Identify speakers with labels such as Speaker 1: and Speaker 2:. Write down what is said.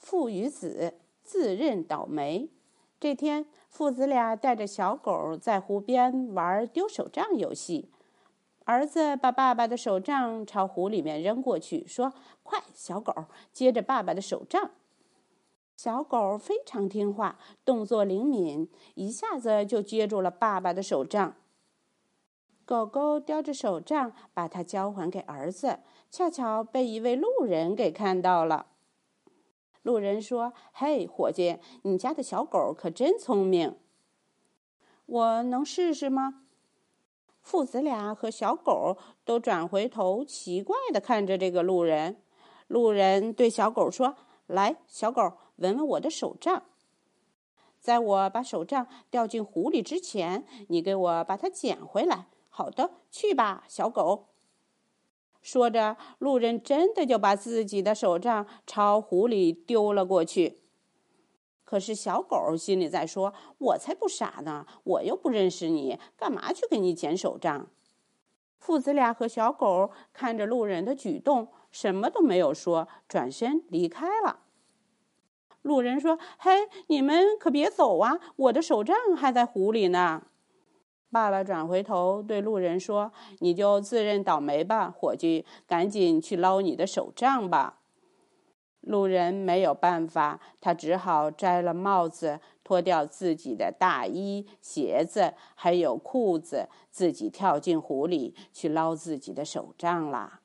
Speaker 1: 父与子，自认倒霉。这天，父子俩带着小狗在湖边玩丢手杖游戏。儿子把爸爸的手杖朝湖里面扔过去，说：“快，小狗，接着爸爸的手杖。”小狗非常听话，动作灵敏，一下子就接住了爸爸的手杖。狗狗叼着手杖，把它交还给儿子，恰巧被一位路人给看到了。路人说：“嘿，伙计，你家的小狗可真聪明。”“我能试试吗？”父子俩和小狗都转回头，奇怪地看着这个路人。路人对小狗说：“来，小狗，闻闻我的手杖。在我把手杖掉进湖里之前，你给我把它捡回来。好的，去吧，小狗。”说着，路人真的就把自己的手杖朝湖里丢了过去。可是小狗心里在说：“我才不傻呢，我又不认识你，干嘛去给你捡手杖？”父子俩和小狗看着路人的举动，什么都没有说，转身离开了。路人说：“嘿，你们可别走啊，我的手杖还在湖里呢。”爸爸转回头对路人说：“你就自认倒霉吧，伙计，赶紧去捞你的手杖吧。”路人没有办法，他只好摘了帽子，脱掉自己的大衣、鞋子，还有裤子，自己跳进湖里去捞自己的手杖啦。